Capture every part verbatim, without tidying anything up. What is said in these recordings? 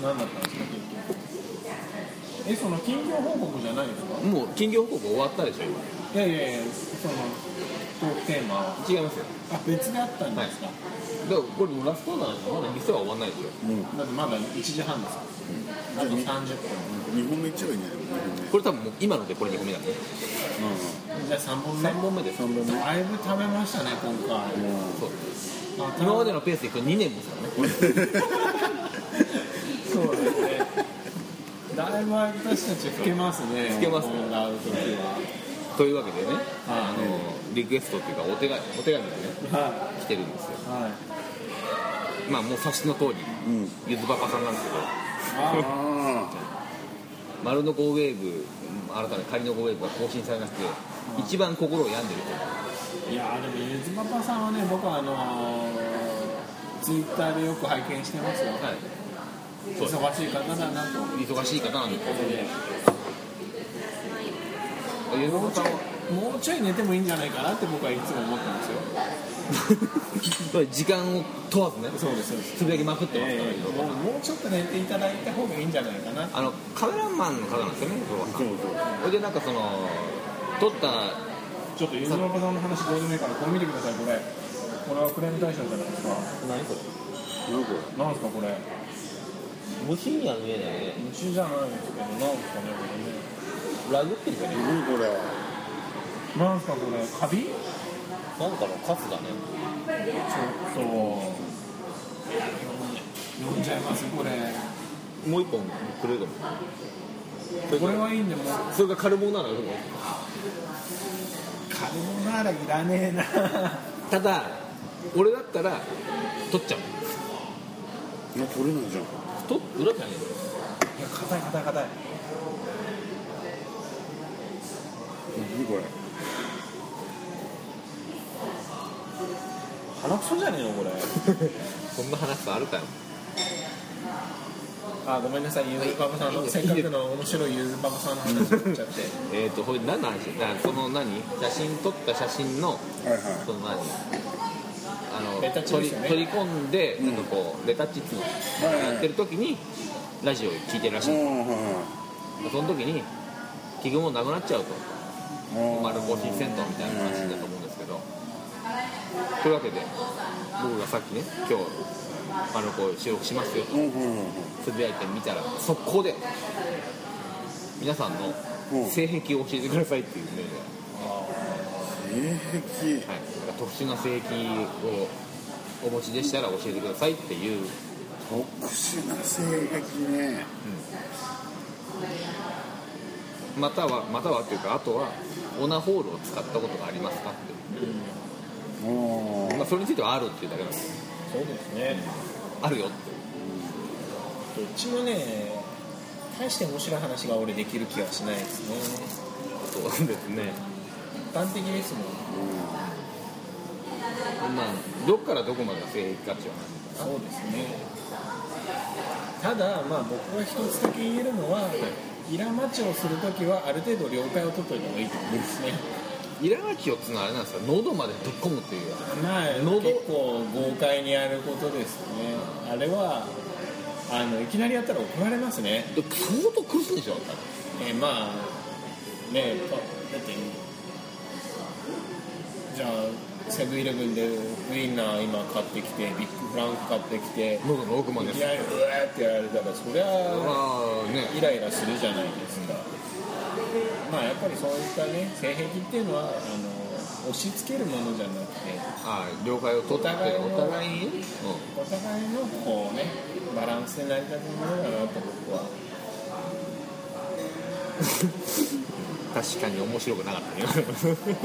何だったんですか結局。え、その近況報告じゃないですか。 もう近況報告終わったでしょ今。 いやいやいや、そのトークテーマは違いますよ。 あ、別であったんですか。 だからこれラストなんですよ。まだ店は終わんないですよ。 うん、 だってまだいちじはんですか、うん、あとさんじゅっぷん。 にほんめいっちゃえばいいんじゃないの。 これ多分もう今のでこれにほんめだね。 うん、じゃあさんぼんめ。 さんぼんめです。 さんぼんめ。 だいぶ食べましたね今回。 そうあ、 今までのペースでいくとにねんですからね。 そうですね。だいぶ私たち老けますね。 老けますね。 会う時は。 というわけでね、 あのリクエストっていうかお手紙お手紙がね、 は来てるんですよ。 いはい。 まあもう察しの通り、 うん、 ゆずパパさんなんですけど、 あ丸のゴーウェーブ、新たな仮のゴーウェーブが更新されなくて、一番心を病んでるいやでもゆずパパさんはね、僕はあのー、ツイッターでよく拝見してますよ。 と。はい。 忙しい方だなと。 忙しい方なんですけど、ゆずパパさんはもうちょい寝てもいいんじゃないかなって僕はいつも思ってますよ。 時間を問わずね、 そうですそうです。 つぶやきまくってますから、 えー、もうもうちょっと寝ていただいた方がいいんじゃないかな。 あのカメラマンの方なんですよね、 あ、そうそう。 それでなんかその撮ったちょっとゆずパパさんの話どうでもいいからこれ見てください。これこれはクレーム対象じゃないですか。 何これなんこれ。 なんですかこれ。 虫には見えないね。 虫じゃないんですけど、なんですかねこれね。 ラグってるじゃね何これ。 なんですかこれ。カビ？ なんかのカスだね。 ちょっと読んじゃいますこれ。 もう一本くれるかも。 これはいいんでもうそれがカルボナーラだと思う。 カルボナーラいらねえな。 ただ俺だったら取っちゃう。 いや、取れないじゃん。 取っ裏じゃねいや硬い硬い硬い。 何これ。 鼻くそじゃねえのこれ。 そんな話あるかよ。 あ、ごめんなさいゆずパパさんのせっかくの面白いゆずパパさんの話になっちゃって。 えっとこれ何の話だからその何写真撮った写真のはいはい。 その何あのレタッチ取りですよね取り込んで、 うんなんかこうレタッチっていうのはいはいやってる時にラジオを聞いてるらしい、 うん、はいはその時に聞くものなくなっちゃうとい。 丸更新せんとみたいな話だと思うんですけど、というわけで僕がさっきね今日丸子収録しますよとうんうんうんつぶやいてみたら速攻で皆さんの性癖を教えてくださいっていうメールが、 性癖。 はい、なんか特殊な性癖をお持ちでしたら教えてくださいっていう、 特殊な性癖ね。 またはまたはっていうかあとはオナホールを使ったことがありますかって、 おー。 まあ、それについてはあるっていうだけなんですそうですね。 あるよってどっちもね大して面白い話が俺できる気はしないですね。 そうですね。 一般的ですもん。 まあどっからどこまでが性癖かっていう話そうですね。ただまあ僕が一つだけ言えるのは、イラ待ちをするときはある程度了解を取っておいた方がいいと思うんですね。 イラガキをつのはあれなんですか、喉までぶっ込むっていう。 まあ喉結構豪快にやることですね。あれはあのいきなりやったら怒られますね。 で相当苦しいでしょ。 えー、まあねだってじゃあセブンイレブンでウインナー今買ってきてビッグフランク買ってきて喉の奥までいきなりうわーってやられたらそりゃああね、 イライラするじゃないですか。まあやっぱりそういったね性癖っていうのはあの押し付けるものじゃなくてああ了解を取ってお互いのお互いに、うん、 お互いのこうねバランスで成り立つものだなと僕は。 確かに面白くなかったね。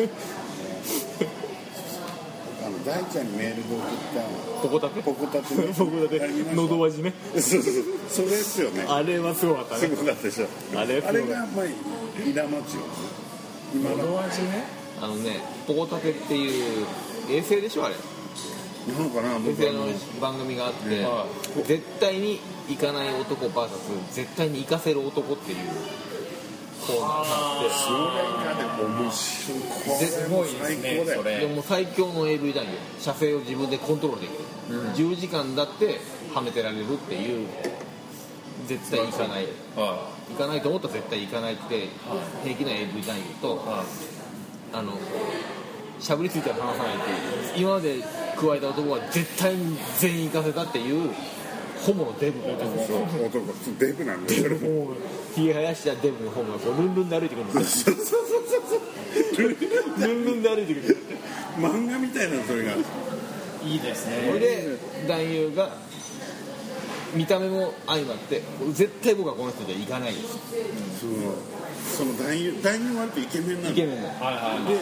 あの大ちゃんにメールで送ったポコタテポコタテねポコタテあれ見ました喉味ね。 そうそうそうそれですよね。 あれはすごかったすね。 ごかったでしょ。 あれあれがまあイラマチよ今の喉味ね。 あのねポコタテっていう衛星でしょあれ。 なのかな衛僕星の番組があって、 ね絶対に行かない男 ブイエス 絶対に行かせる男っていうコーナーがあって、 それがね面白い。これすごいですね最高だよそれでも最強の エーブイ 男優射精を自分でコントロールできる、 うんじゅうじかんだってはめてられるっていう絶対行かない、 は行かないと思ったら絶対行かないって平気な エーブイ 男優と、 いはあのしゃぶりついたら話さないっていう今まで加えた男は絶対に全員行かせたっていうホモのデブがいたんですよ。 そう男デブなんだよそれももうひげ生やしたデブのホモがこうルンルンで歩いてくるんですよ。 そうそうそうそうルンルンで歩いてくる。 漫画みたいなそれがいいいですそれね。 で男優が見た目も相まって絶対僕はこの人じゃ行かないです。 そのその男優男優は割とイケメンなんだよイケメンの。 はいはいはいで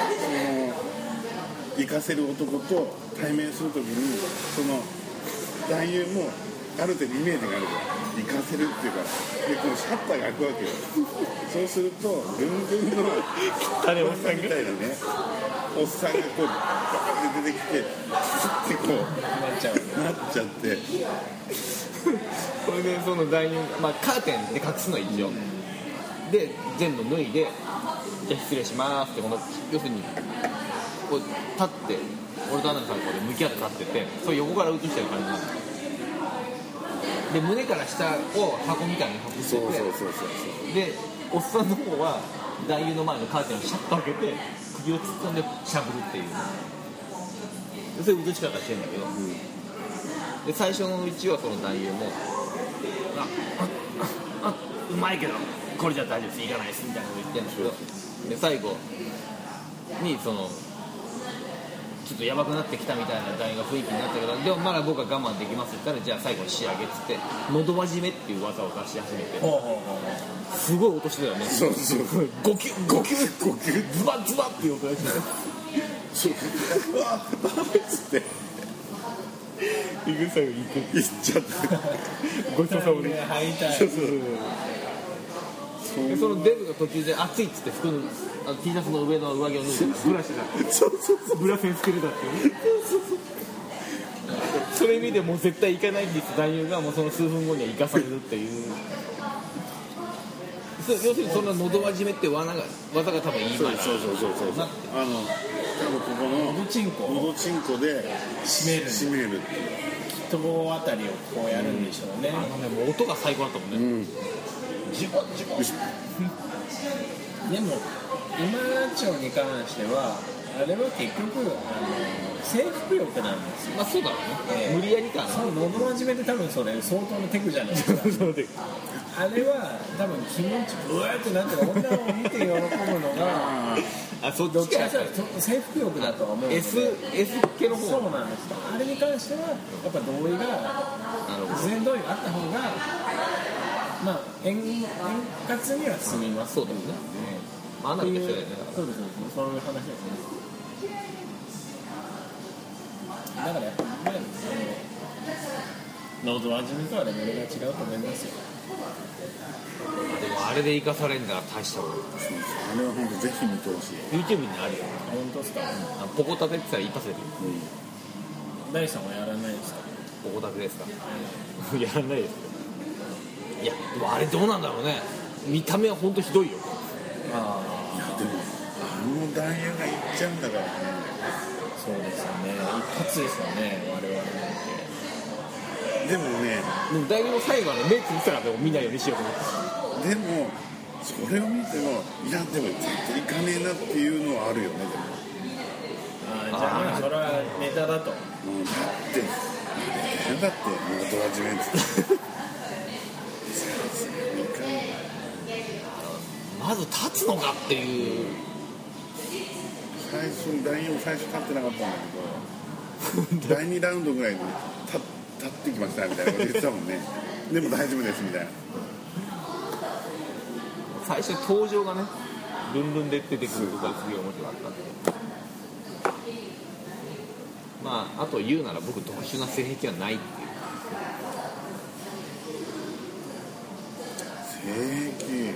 その行かせる男と対面するときにその男優もある程度イメージがあるから行かせるっていうかでこのシャッターが開くわけよそうするとルンルンのあれおっさんがみたいなねおっさんがこうバーって出てきてスッてこうなっちゃう。 なっちゃってそれでその男優、まあ、カーテンで隠すの一応で全部脱いでじゃあ失礼しますってこの要するにこう立って俺とアナさんがこう向き合って立っててそれ横から映してる感じなんですよで胸から下を箱みたいに隠しててそうそうそうそうでおっさんの方は男優の前のカーテンをシャッと開けて首を突っ込んでしゃぶるっていうそういう映し方してるんだけど、で最初のうちはその男優もああああうまいけどこれじゃ大丈夫です行かないですみたいなこと言ってるんですけどで最後にそのちょっとやばくなってきたみたいな男優が雰囲気になったけどでもまだ僕は我慢できますって言ったらじゃあ最後に仕上げっつって喉輪締めっていう技を出し始めてほうほうほうほすごい音してたよねそうそうゴキュッゴキュッゴキュッズバッズバッっていう音がしてそううわっっつって行く最後行く行っちゃってごちそうさまう。 です入りたい。 そうそうでそのデブが途中で暑いっつって服のあの T シャツの上の上着を脱いでブラシがそうそうそうブラセンつけてたっていうそれ見てもう絶対行かないんです男優がもうその数分後には行かされるっていうそう要するにそんな喉輪締めって技が技が多分いい前そうそうそうそうそうなあの多分ここののどちんこのどちんこで締める締めるっていう人あたりをこうやるんでしょうね。 あのねもう音が最高だったもんね、 うんジュボジュボでも今町に関してはあれは結局あの征服欲なんですよ。 まあそうだろうね、 ええ無理やり感その喉輪締めって多分それ相当のテクじゃないですか。 そうであれは多分気持ちブワーってなってる女を見て喜ぶのがあそっどっちかちかというと征服欲だとは思うので S, S 系の方そうなんです。あれに関してはやっぱ同意がなるほど事前同意があった方がまあ円円滑には進みます。 そうだよねまああんなっていうのと一緒だよねそうですそういう話ですね。だからやっぱり、ね、あのノード味見とはレベルが違うと思いますよ。 でもあれで生かされるんだから大したことあれは本当ぜひ見てほしい、 YouTube にあるよ本当ですか。 あのポコタテって言ったら一発で大さんはやらないですか。 ポコタテですかやらないですよいやでもあれどうなんだろうね見た目は本当ひどいよあいやでもあの男優が行っちゃうんだからねそうですよね。一発ですよね我々なんて。 でもねでも大学の最後はね目つぶったからでも見ないようにしようと思ってでもそれを見てもいやでも絶対行かねえなっていうのはあるよねでも、 あじゃあまあそれはネタだと。 うん、だってなんだってノートラジメンツまず立つのかっていう最初に第二も最初立ってなかったんだけどだいにラウンドぐらいに立立ってきましたみたいなこと言ってたもんねでも大丈夫ですみたいな最初登場がねルンルンで出てくるところがすげえ面白かったんでまああと言うなら僕特殊な性癖はないっていう性癖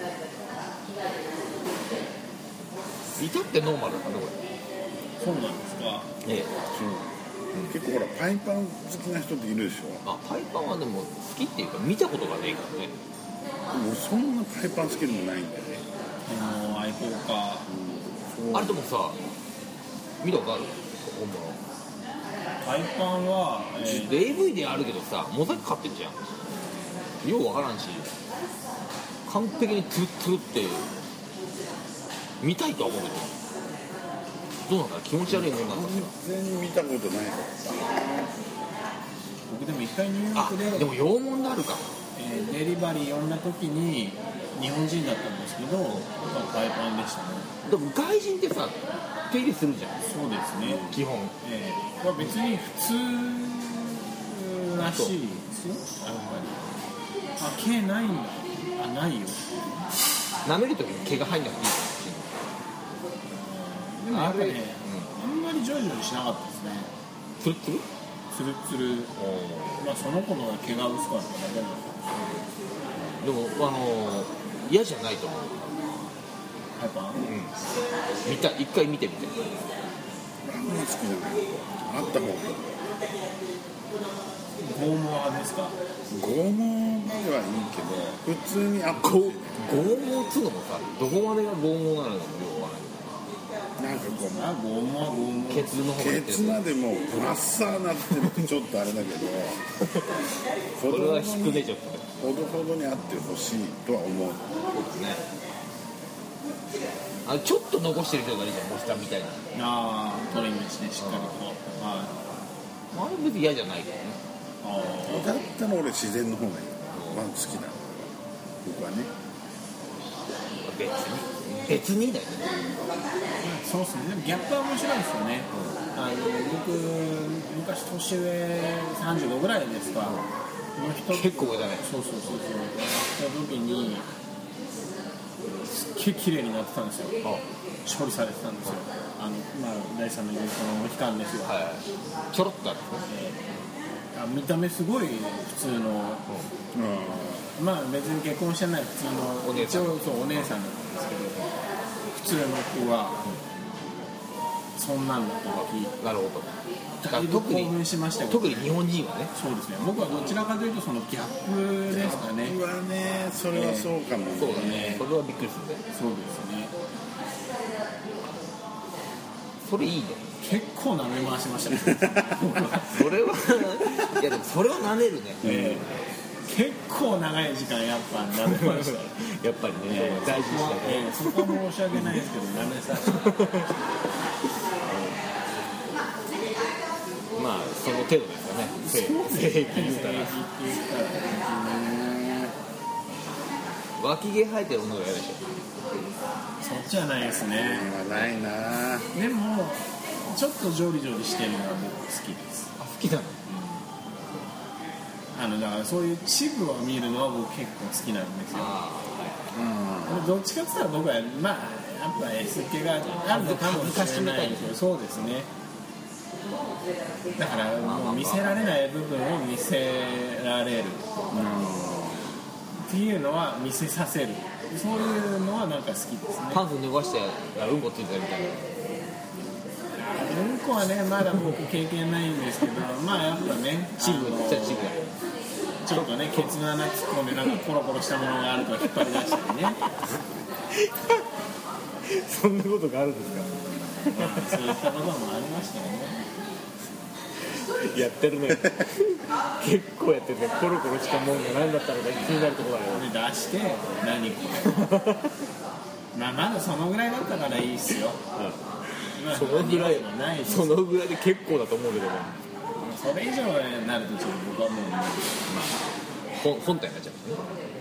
至ってノーマルだったねこそうなんですか。 れええそう結構ほらパイパン好きな人っているでしょあパイパンはでも好きっていうか見たことがねえからねもうそんなパイパン好きでもないんだよね、 でも愛好家。 あれでもさ見たことある本物パイパンは、えーエーブイ であるけどさモザイクかってんじゃんようわからんし完璧にツルッツルって見たいとは思うけどどうなんだろう気持ち悪いもんなんだ全然見たことないからさ。 僕でも一回ニューヨーあクででも洋物であるかえーデリバリー呼んだ時に日本人だったんですけど、まあ、パイパンでしたね。 でも外人ってさ手入れするじゃんそうですね、 基本えーまあ、別に普通らしいですよやっぱり。あ、毛ないんだ、あ、ないよ。 舐めるときに毛が入んなくていいかでもやっぱりね、 あれあんまりジョリジョリしなかったですね。 ツルッツルツルツル、まあその子の毛が薄かっただけなんでもあのー嫌じゃないと思う、 パイパン、 うん、見た一回見てみてあんま好きじゃない。あった方がいい。 剛毛派ですか。 拷問まではいいけど普通にあった拷問っつうのもさどこまでが拷問なのかもよくわかなんかこうあ、剛毛は剛らない毛。 ケツの方がケツまでもうブラッサーなってるってちょっとあれだけどそれは引くねちょっとねほどほどにあってほしいとは思う。 あちょっと残してる人がいるじゃんモヒカンみたいなああ、トリミングしてしっかりと。はい。 あれ別に嫌じゃないけどねあだったら俺自然の方がいい。まあ好きなの僕はね。 別に別にだよねあ、そうですね。でもギャップは面白いですよね。あの僕昔年上さんじゅうごぐらいですか。の人結構上だねそうそうそうそう。その時にすっげえ綺麗になってたんですよ。処理されてたんですよ。あのまあ大地さんの言うそのモヒカンですよ。 はいちょろっとあるんですねえーあ見た目すごい普通の。まあ別に結婚してない普通のお姉さん一応そうお姉さんなんですけど普通の子はそんなんだった時なるほどだからだいぶ特に興奮しましたけど特に日本人はねそうですね僕はどちらかというとそのギャップですかね僕はねそれはそうかもね。 そうだねそれはびっくりするねそうですねそれいいね結構舐め回しましたね僕は、 それはいやでもそれは舐めるね、 えー結構長い時間やっぱ舐めましたよやっぱりね、 えー大事にしなきゃえーそこは申し訳ないですけど舐めさせてまあその程度ですかね正正義言うたら脇毛生えてる女が嫌でしそっちじゃないですねまあないな。 でもちょっとジョリジョリしてるのが僕好きですょあ好きなのあのだからそういうチブを見るのは僕結構好きなんですよあどっちかって言ったら僕はまあやっぱ S 系があるのかもしれないですけどそうですねだからもう見せられない部分を見せられるっていうのは見せさせるそういうのはなんか好きですねパンツ脱がしてうんこついてるみたいなうんこはねまだ僕経験ないんですけどまあやっぱねチブあのじゃあチブだちょっとねケツの穴突っ込んでなんかコロコロしたものがあると引っ張り出したりねそんなことがあるんですかまあそういったこともありましたよねやってるね結構やってるねコロコロしたもんが何だったのか気になるところだよで出して何これまあまだそのぐらいだったからいいっすよ、まあそのぐらい何もないですそのぐらいで結構だと思うけどもそれ以上になるとちょっと僕はもうまあ本本体になっちゃうんですね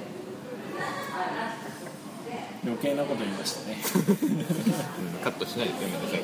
余計なこと言いましたねうんカットしないでください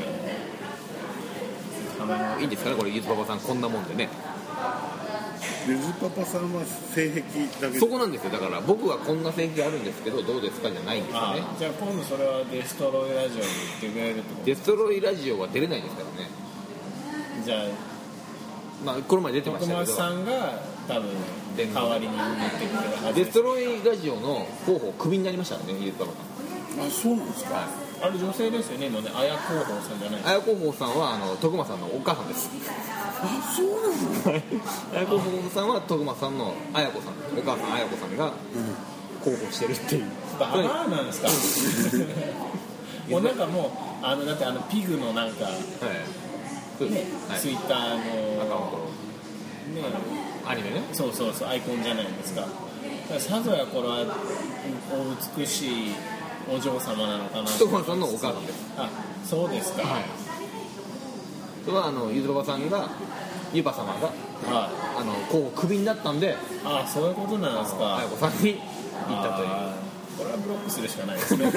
からいいんですかねこれゆずパパさんこんなもんでねゆずパパさんは性癖だけそこなんですよだから僕はこんな性癖あるんですけどどうですかじゃないんですよあねじゃあ今度それはデストロイラジオに言ってくれるってことデストロイラジオは出れないですからねじゃあまあこの前出てまし徳たけど松さんが多分代わりに言ってくれるはずですデストロイラジオの候補クビになりましたからねゆずパパさんあそうなんですか。 あれ女性ですよね今ね綾候補さんじゃない綾候補さんはあの徳間さんのお母さんですあそうなの。 綾候補さんは徳間さんの綾子さんお母さん綾子さんが候補してるっていうババアなんですかもうなんかもうあのだってあのピグのなんか、 はいそうでねす、はい、 ツイッターのアカウントねアニメねそうそうそうアイコンじゃないですかさぞやこれはお美しいお嬢様なのかな徳松さんのお母さんです。 あ、そうですか。 はいそれはあのゆずるばさんがゆば様がはい、 あのこうクビになったんであ、そういうことなんですか。 綾子さんに行ったという。 あーこれはブロックするしかないですね。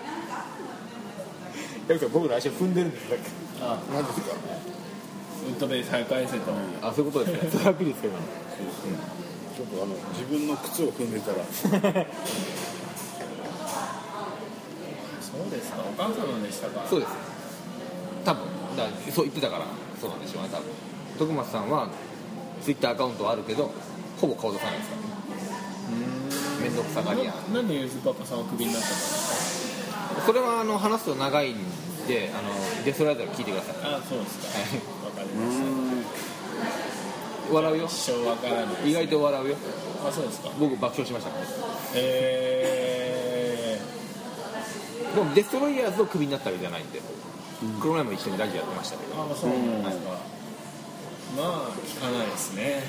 僕の足を踏んでるんですだっけ。 あ、 何ですか。 ウッドベイ再返せと。 あ、そういうことですね。それはっきりですけど、 ちょっとあの自分の靴を踏んでたらそうですか。お母様でしたか。 そうです。多分だからそう言ってたからそうなんでしょうね。多分徳松さんはツイッターアカウントはあるけどほぼ顔出さないですからね。 うーん、 面倒くさがり屋。 ななんでゆずパパさんはクビになったんですか。 それはあの話すと長いんであのデストライダー聞いてください。 あ、そうですか。 はいわかりうました。 ん笑うよ。 一生わからない。 意外と笑うよ。 あ、そうですか。 僕爆笑しましたからね。 えでもデストロイヤーズをクビになったわけじゃないんで、この前も一緒にラジオやってましたけー、 ど、 あ、そうなんですか。まあ聞かないですね。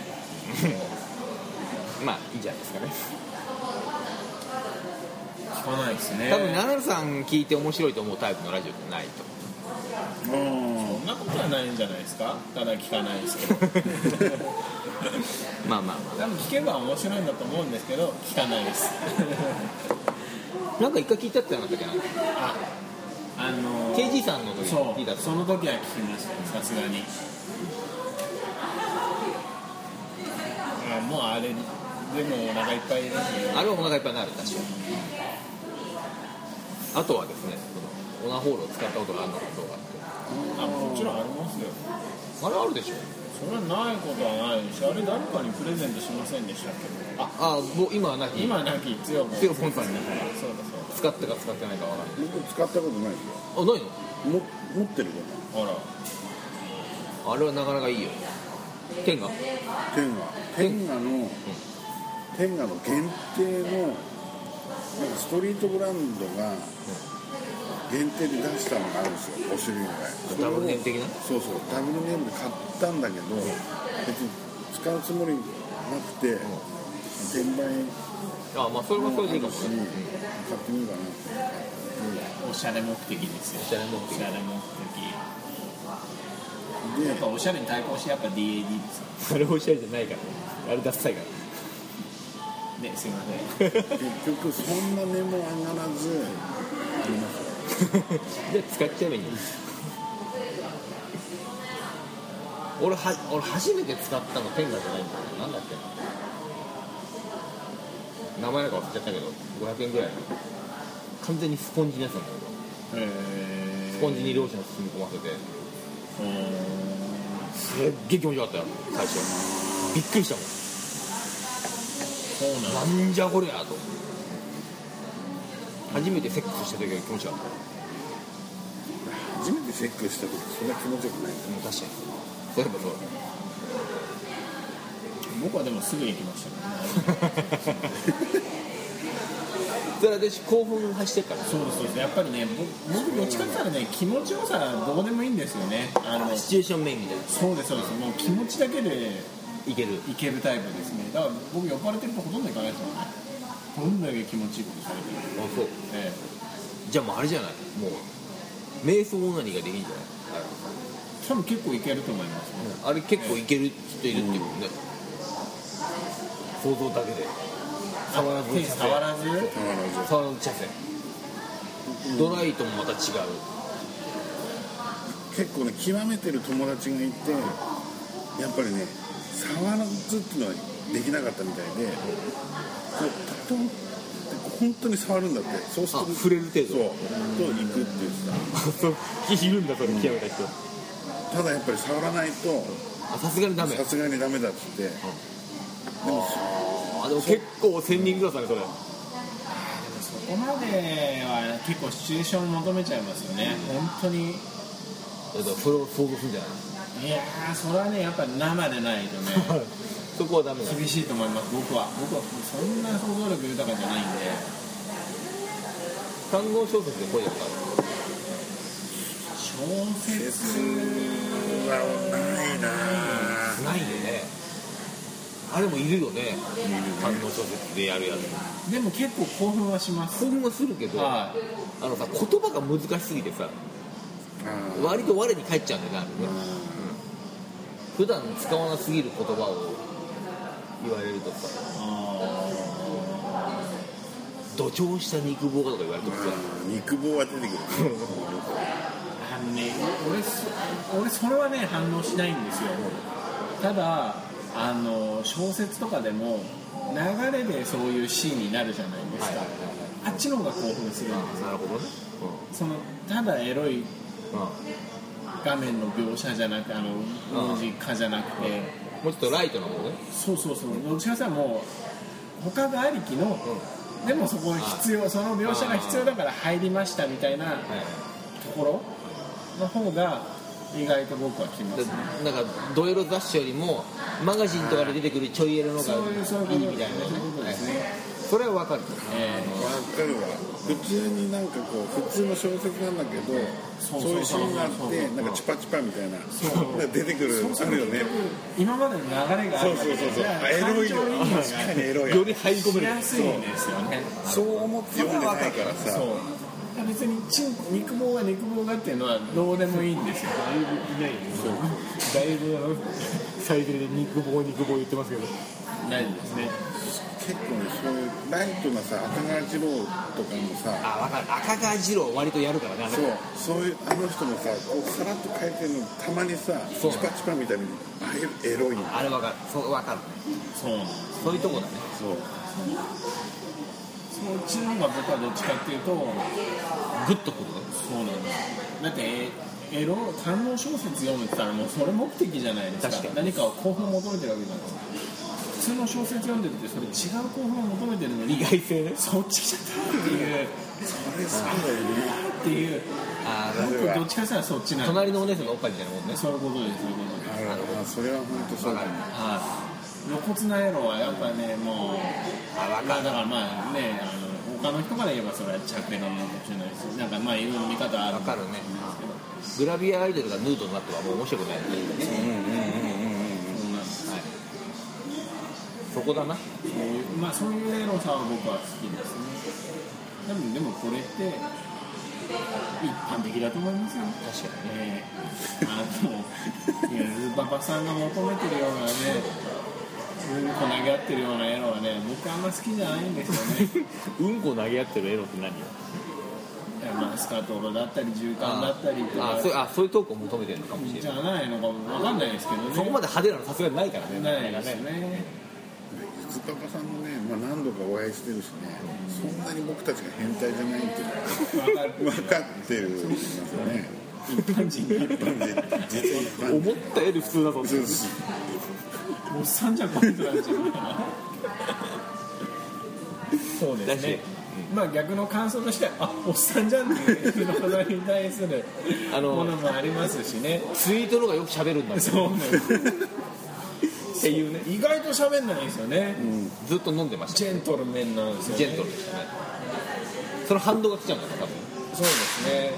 まあいいんじゃないですかね。 聞かないですね。 多分奈良さん聞いて面白いと思うタイプのラジオってないと。 そんなことはないんじゃないですか。ただ聞かないですけど。 まあまあま多分聞けば面白いんだと思うんですけど聞かないです。 あ。なんか一回聞いたってなかったっけな。 あ、あのー、 ケージー さんの時そうに聞いたって。 その時は聞きました。さすがに。あ、もうあれでもお腹いっぱいですね。 あれはお腹いっぱいになる確かに。あとはですね、このオナホールを使ったことがあるのかどうかって。 あ、もちろんありますよ。 あれあるでしょ。 それはないことはないし、あれ誰かにプレゼントしませんでしたっけ。あ、 ああ、もう今はなき今なき強く強くポンさんにそうだそう使ってか使ってないかわからない。 僕使ったことないですよ。 あ、ないの？ も持ってるけどだ。あら、 あれはなかなかいいよ。天が？ テンガテンガのテンガの限定のなんかストリートブランドが限定で出したのがあるんですよ。ご種類ぐらい。 ダブルネーム的な？ そうそう、ダブルネームで買ったんだけど、別に使うつもりなくて、転売あ、まあそれはそれでいいかもし、 ね。 買ってみようかな。 おしゃれ目的ですよ。 おしゃれ目的おしゃれ目的。 でやっぱおしゃれに対抗してやっぱ ディーエーディー ですよ。 あれおしゃれじゃないから。あれダッサいから。 ね、すいません。 結局そんな値も上がらずありますよ。 で使っちゃえばいいんだ。俺は俺初めて使ったの天下じゃないんだよ。なんだっけな。名前なんか忘れちゃったけどごひゃくえんぐらいの完全にスポンジのやつなんだけど、 えー、 スポンジにローション包み込ませてうーん、 すっげえ気持ちよかったよ最初。びっくりしたもん。 そうなんだ。 なんじゃこりゃと。初めてセックスした時は気持ちよかった。 初めてセックスした時そんな気持ちよくない。 うん、確かにそういえばそうだ。 僕はでもすぐ行きましたね。 それは私興奮走ってるからそうですそうです。やっぱりね、僕僕どっちかって言ったらね、気持ちよさはどうでもいいんですよね。あのシチュエーションメインみたいなそうですそうです。もう気持ちだけでいける。 いけるタイプですね。だから僕酔っ払ってるとほとんど行かないですよね。どんだけ気持ちいいことされてる。 あ、そう。 えじゃあもうあれじゃない、もう瞑想オナニーができるんじゃない。 え、多分結構いけると思いますね。 あれ結構いける人いるっていうもんね、想像だけで触らず手触らず。 変わらず触らず茶せドライともまた違う。 結構ね極めてる友達がいてやっぱりね触らずっていうのはできなかったみたいでこうポンって本当に触るんだって。そうするあ、 と触れる程度。 そうと行くって言ってそういるんだそれ極めた人。 たただやっぱり触らないとあ、さすがにダメ。 さすがにダメだっつって、でもあ、でも結構千人クラスだねそれ。 そこまでは結構シチュエーション求めちゃいますよね。本当に。 だからそれを想像するんじゃない。 いやー、それはねやっぱり生でないとねそこはダメだ。 厳しいと思います。僕は僕はそんな想像力豊かじゃないんで。 官能小説で声がかかる。 小説はないなないよね。 あれもいるよね、官能小説でやるやつ。 でも結構興奮はします興奮はするけど、 はあのさ言葉が難しすぎてさあー割と我に返っちゃうんだよね、あれね。普段使わなすぎる言葉を言われるとさ、 あ土壌した肉棒とか言われるとさ、 うん肉棒は出てくるあのね俺そ俺それはね反応しないんですよ。ただあの小説とかでも流れでそういうシーンになるじゃないですか、 はいはいはいはい、 あっちの方が興奮するんですよ。 なるほどね、 そのただエロいうんうん、 画面の描写じゃなくあの文字化じゃなくて、 もうちょっとライトな方ね。 そうそうそう、どっちかさもう他がありきの、でもそこ必要、その描写が必要だから入りましたみたいなはいところの方が意外と僕はきますね。 なんかドエロ雑誌よりもマガジンとかで出てくるちょいエロのがそういうそういうこといいみたいなね。 そういうことですね。 はい、それは分かる。 えわかるわ。普通になんかこう普通の小説なんだけど、 そそううそうそういうシーンがあってなんかチュパチュパみたいなのが出てくるそうそうあるよね。 今までの流れがあるそうそうそうそう。あエロいよ。確かにエロいよ。 より入り込める。 しやすいんですよね。 そう思って読んでないからさ。 そう別にチン肉棒が肉棒がっていうのはどうでもいいんですよ。 だいぶいないよ。だいぶあのサイズで肉棒肉棒言ってますけど。 ないですね。 結構ねそういうライトなさ赤川次郎とかもさ。 あ、分かる。赤川次郎割とやるからね。 そうそういうあの人もさこうさらっと書いてるのたまにさチュパチュパみたいにああいうエロいの。 あれ分かる。そう分かる。 そうなんです。 そういうとこだね。 そう。 そっちの方が僕はどっちかっていうとグッとくる。 そうなんですだってエロ官能小説読むって言ったらもうそれ目的じゃないですか。 確かに何かを興奮を求めてるわけじゃないですか。普通の小説読んでるってそれ違う興奮を求めてるのに意外性ね。 そっち来ちゃったっていうそれそうだよね。 っていうあ僕どっちかしたらそっちなんです。 隣のお姉さんのおっぱいみたいなもんね。 そういうことですそういうことです。 あるあそれは本当そうだね。 はい露骨なエロはやっぱねもうあ分かる。 だからまあねあの他の人から言えばそれは着エロなのかもしれないですなんかまあいろいろ見方ある分かるね。グラビアアイドルがヌードになってはもう面白くない。 うんうんうんうんうん。 そんなはい。そこだな。 そういうまあそういうエロさは僕は好きですね。でもでもこれって一般的だと思いますよ。 確かに。 えー、あのいやズババさんが求めてるようなねうんこ投げ合ってるようなエロはね僕あんま好きじゃないんですよね。 うんこ投げ合ってるエロって何よ。 いやまあスカートロだったり絨毯だったりとかあそうあそういうトークを求めてるのかもしれじない。 ゃないのかもわかんないですけどね。 そこまで派手なのさすがにないからね。 ないですね。 ズパパさんもね、まあ、何度かお会いしてるしね、そんなに僕たちが変態じゃないっていうのが分かってるんですよね。 一般人一般人実は一般人思ったより普通だぞって。 そうそうおっさんじゃこいつなんじゃないかな。そうですね。まあ逆の感想としてはあおっさんじゃんっていうのに対するあのものもありますしね。 ツイートの方がよく喋るんだもん。 そうなんですっていうね。 意外と喋んないんですよね。 ずっと飲んでました。 ジェントルメンなんですよね。 ジェントルでしたね。その反動が来ちゃうんだから多分。 そうですね。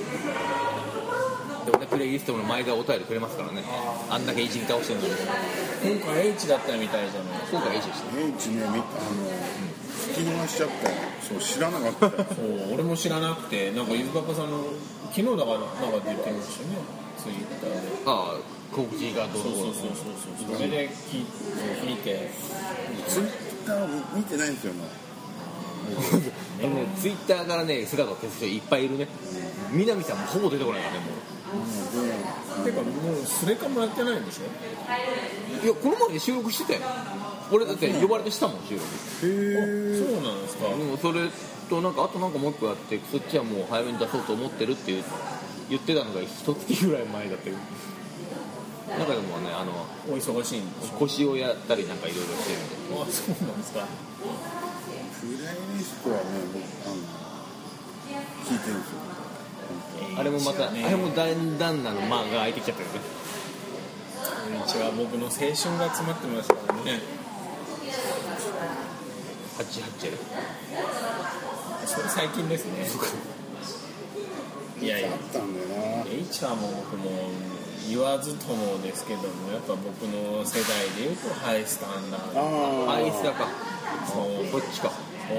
でもねプレイリストの前がお便りくれますからね。あんだけいじり倒してるのに。 今回 H だったみたいじゃない。 今回 H でしたね。 H ね、みあの聞き逃しちゃったよ。そう知らなかった。 そう俺も知らなくてなんかゆずパパさんの昨日だからなんか言ってましたねツイッターで。 ああ告知がどうのこうの。 そうそうそうそうそれで聞い見てツイッターを見てないんですよ。もうあのねツイッターからね姿を消す人いっぱいいるね。南さんもほぼ出てこないからねもう。 てかもうスレカもやってないんでしょ。 いやこの前収録してたよ。俺だって呼ばれてしたもん収録。 へえそうなんですか。 でもそれとなんかあとなんかもう一個やってそっちはもう早めに出そうと思ってるっていう言ってたのが一月ぐらい前だったけど中でもねあのお忙しいんでしょ。 腰をやったりなんかいろいろしてるんで。 あそうなんですか。 プレイリストはね僕あの聞いてるんですよ。 あれもまた、 ね、 あれもだんだんなの間が空いてきちゃったよね。 一は僕の青春が詰まってますからね。 はちはちやる。 それ最近ですね。 いやいやあったんだよな。 H はもう僕も言わずともですけども、やっぱ僕の世代でいうとハイスタンダード。 ああいつだかそうそっちかそう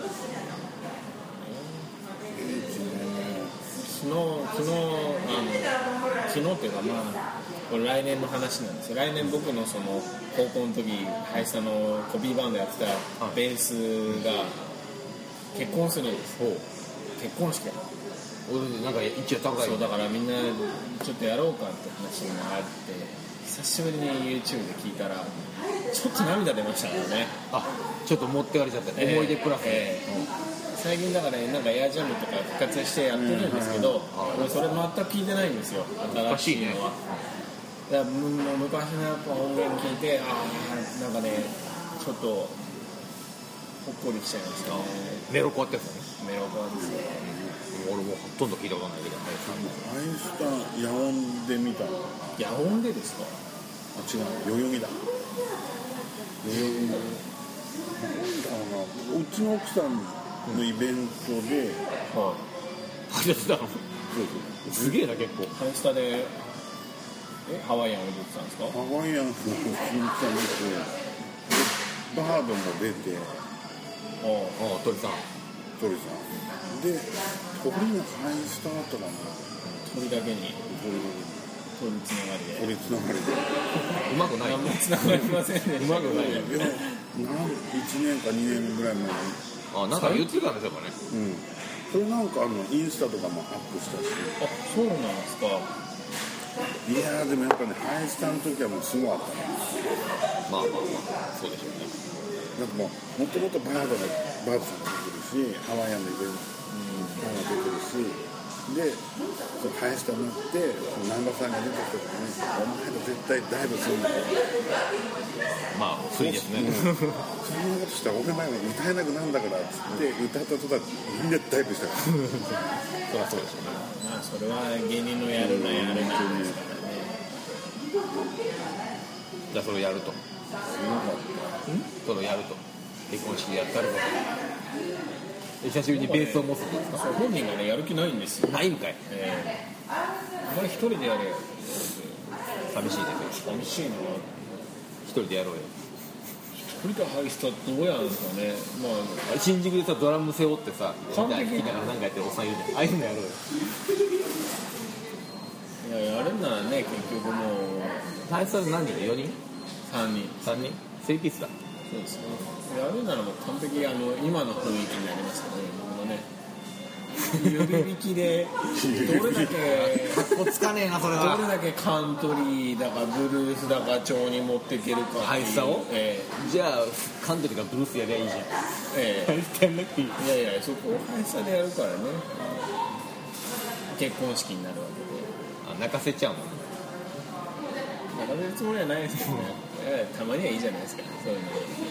昨日昨日あの昨日っていうかまあこれ来年の話なんですよ。来年僕のその高校の時ハイスタのコピーバンドやってたベースが結婚するんです。結婚式や俺なんか一応高いそうだからみんなちょっとやろうかって話になって久しぶりに YouTube で聞いたらちょっと涙出ましたからね。 あちょっと持ってかれちゃった、 えー思い出プラス、 えー最近だからなんかエアジャムとか復活してやってるんですけど、俺それ全く聞いてないんですよ、新しいのは。だからもう昔のやっぱ音源聞いて、ああなんかねちょっとほっこりしちゃいましたね。 メロコアってやつだね。 メロコアですよ。 俺もほとんど聞いたことないけど、 アインシュタイン野音で見たの。 野音でですか？ あ違う、代々木だ。代々木だ。うちの奥さんのイベントで、 は初めてだのすげえな結構。 い。ハイスタでえハワイアン踊ってたんですか？ ハワイアンの新さん出て、バードも出て、 おああ鳥さん鳥さんで、鳥がハイスターだったかな。 鳥だけに鳥鳥つながりで。 鳥つながりで。 うまくない何もつながりませんね。 うまくないよいや、なんいちねんかにねんぐらい前に、 あなんか言ってたんですよね。 うん、それなんかあのインスタとかもアップしたし、 あそうなんですか。 いやーでもやっぱねハイスタの時はもうすごかったね。 まあまあまあそうでしょうね。 なんかもうもともとバードがバードさんが出てるし、ハワイアンのイベントが出てるし、でそのハイスタになって南波さんが出てきた時にお前ら絶対ダイブするんだよ。 まあ不利ですね。 うんそんなことしたら俺前に歌えなくなんだからっつって歌った途端みんなダイブしたからそりゃそうでしょうね。 まあそれは芸人のやるなやるなですからね。 じゃあそれをやるとそれをやると結婚式でやったること久しぶりにベースを持つんですか？ そう本人がねやる気ないんですよ。 ないんかい。 えー、お前一人でやれ。 寂しいですよ。 寂しいのは一人でやろうよ。 一人でハイスタってどうやるんですかね。まああれ新宿でさドラム背負ってさ完璧弾きながらなんかやってるおっさんいるじゃん。ああいうのやろうよ。 いややるならね結局もうハイスタで何人？よにん？ さんにん。 さんにん？スリーピースだ。 そうですね。やるならもう完璧あの今の雰囲気になりますからね。僕のね指引きでどれだけかっこつかねえなそれどれは。 だけカントリーだかブルースだか調に持っていけるかっていうハイスタをえじゃあカントリーがブルースやりゃいいじゃん。 えええハイスタやんなくていい。 いやいやそこをハイスタでやるからね結婚式になるわけであ泣かせちゃうもん。 泣かせるつもりはないですけどねいやたまにはいいじゃないですかそういうの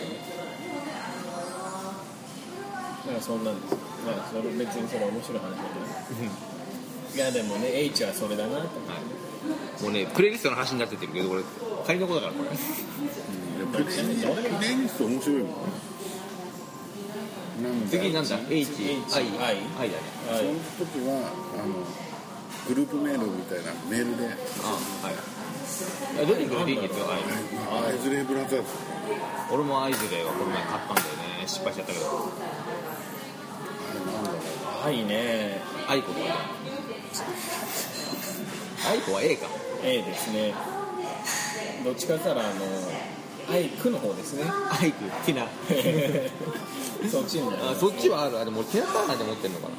だからそんなんですよまあそれ別にそれ面白い話だけどいやでもね H はそれだなと思ってもうねプレイリストの話になっててるけどこれ仮の子だからこれ。 プレイリスト面白いもん。なんだ次なんだ H I I I だね。 はいその時はあのグループメールみたいなメールであはい。出てくるでいいんですよ。はい。 アイズレイブラザーズ俺もアイズレイはこの前買ったんだよね。失敗しちゃったけど。 あれなんだろうはいねアイコとかじゃん。アイコは A か。 A ですねどっちかって言ったらあのアイクの方ですねアイクティナ。 そっちになりますあそっちはある。あでも俺ティナターナで持ってんのかな。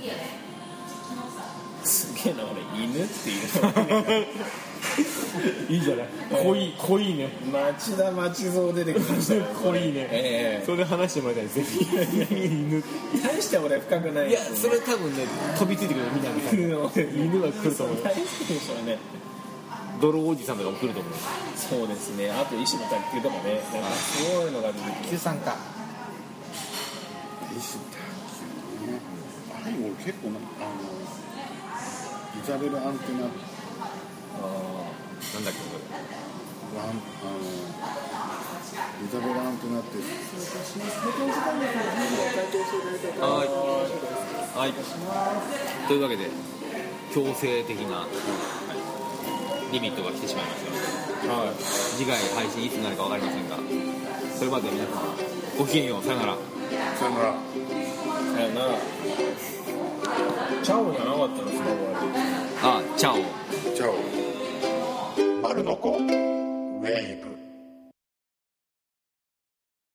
すげえな俺犬っていうのいいじゃない。濃い濃いね。 町田町蔵出てきましたね濃いね。 ええそれ話してもらいたいぜひ。犬。 大して俺深くないいやそれ多分ね飛びついてくるみんなが。 犬の犬は来ると思う。 大好きでしょうね泥おじさんとかも来ると思う。 そうですねあと石野卓球とかねなんかすごいのが出てきてさんか。 石田ねあれ俺結構なあのイザベル・アンテナワンなんだっけこあのイザベル・アンテナってれ。はい。はい。というわけで今強制的な、はい、リミットが来てしまいましたので、はい、次回配信いつになるか分かりませんが、それまで皆さんごきげんよう、さよなら。 さよなら。 さよなら。チャオやん。